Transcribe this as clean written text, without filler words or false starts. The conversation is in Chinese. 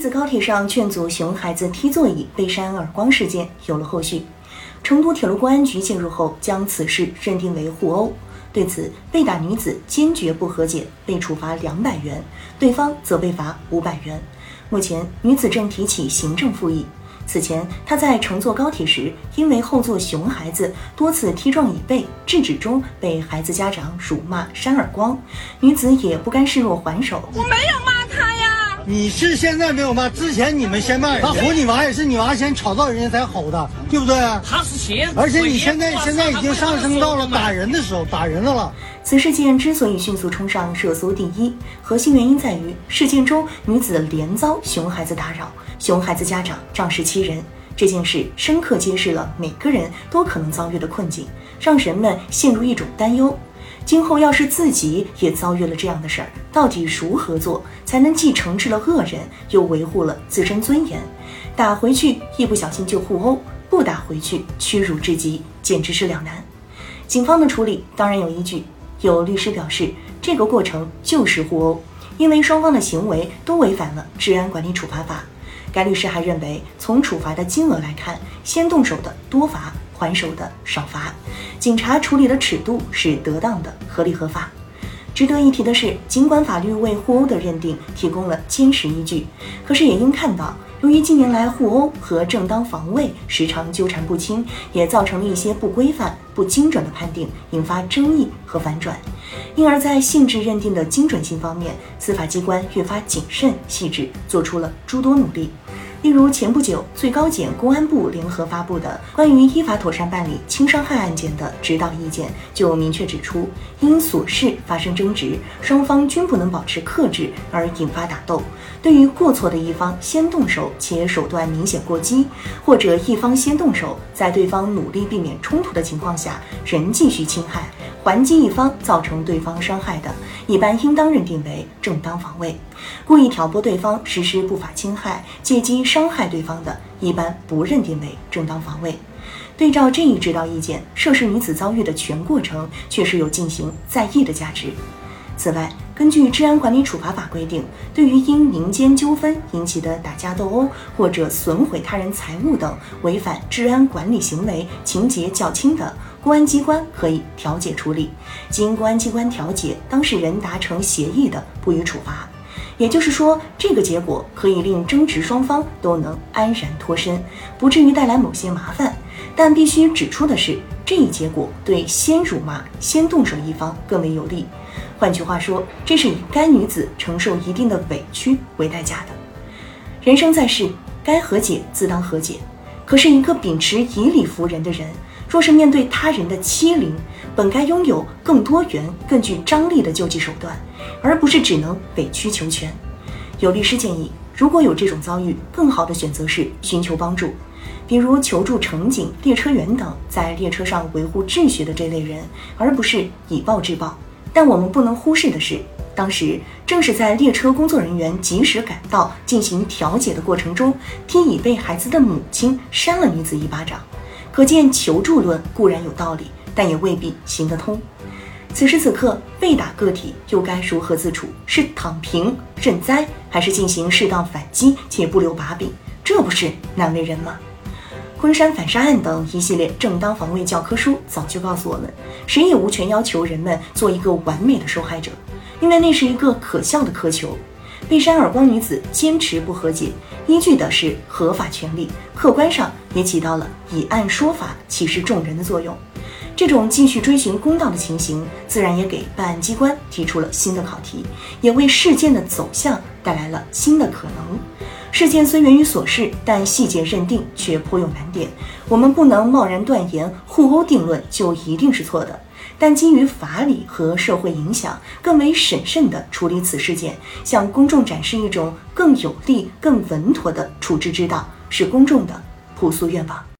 子高铁上劝阻熊孩子踢座椅被扇耳光事件有了后续。成都铁路公安局介入后，将此事认定为互殴。对此，被打女子坚决不和解，被处罚200元，对方则被罚500元。目前，女子正提起行政复议。此前，她在乘坐高铁时，因为后座熊孩子多次踢撞椅背，制止中被孩子家长辱骂扇耳光，女子也不甘示弱还手。 我没有骂他呀。 你是现在没有骂，之前你们先骂人，他吼你娃也是你娃先吵到人家才吼的，对不对？ 他是先， 而且你现在已经上升到了打人的时候，打人的了。 此事件之所以迅速冲上热搜第一，核心原因在于事件中女子连遭熊孩子打扰，熊孩子家长仗势欺人。这件事深刻揭示了每个人都可能遭遇的困境，让人们陷入一种担忧。今后要是自己也遭遇了这样的事儿，到底如何做才能既惩治了恶人，又维护了自身尊严？打回去一不小心就互殴，不打回去屈辱至极，简直是两难。警方的处理当然有依据，有律师表示，这个过程就是互殴，因为双方的行为都违反了治安管理处罚法。该律师还认为，从处罚的金额来看，先动手的多罚，还手的少罚，警察处理的尺度是得当的、合理合法。值得一提的是，尽管法律为互殴的认定提供了坚实依据，可是也应看到，由于近年来互殴和正当防卫时常纠缠不清，也造成了一些不规范、不精准的判定，引发争议和反转。因而在性质认定的精准性方面，司法机关越发谨慎细致，做出了诸多努力。例如前不久，最高检、公安部联合发布的关于依法妥善办理轻伤害案件的指导意见，就明确指出，因琐事发生争执，双方均不能保持克制而引发打斗。对于过错的一方先动手且手段明显过激，或者一方先动手，在对方努力避免冲突的情况下仍继续侵害，还击一方造成对方伤害的，一般应当认定为正当防卫。故意挑拨对方实施不法侵害，借机伤害对方的，一般不认定为正当防卫。对照这一指导意见，涉事女子遭遇的全过程确实有进行再议的价值。此外，根据治安管理处罚法规定，对于因民间纠纷引起的打架斗殴或者损毁他人财物等违反治安管理行为情节较轻的，公安机关可以调解处理，经公安机关调解，当事人达成协议的，不予处罚。也就是说，这个结果可以令争执双方都能安然脱身，不至于带来某些麻烦。但必须指出的是，这一结果对先辱骂、先动手一方更为有利。换句话说，这是以该女子承受一定的委屈为代价的。人生在世，该和解自当和解。可是一个秉持以理服人的人，若是面对他人的欺凌，本该拥有更多元、更具张力的救济手段，而不是只能委曲求全。有律师建议，如果有这种遭遇，更好的选择是寻求帮助，比如求助乘警、列车员等在列车上维护秩序的这类人，而不是以暴制暴。但我们不能忽视的是，当时正是在列车工作人员及时赶到进行调解的过程中，踢已被孩子的母亲扇了女子一巴掌。可见求助论固然有道理，但也未必行得通。此时此刻，被打个体又该如何自处？是躺平认栽，还是进行适当反击且不留把柄？这不是难为人吗？昆山反杀案等一系列正当防卫教科书早就告诉我们，谁也无权要求人们做一个完美的受害者，因为那是一个可笑的苛求。被扇耳光女子坚持不和解，依据的是合法权利，客观上也起到了以案说法，启示众人的作用。这种继续追寻公道的情形，自然也给办案机关提出了新的考题，也为事件的走向带来了新的可能。事件虽源于琐事，但细节认定却颇有难点。我们不能贸然断言互殴定论就一定是错的，但基于法理和社会影响，更为审慎地处理此事件，向公众展示一种更有力、更稳妥的处置之道，是公众的朴素愿望。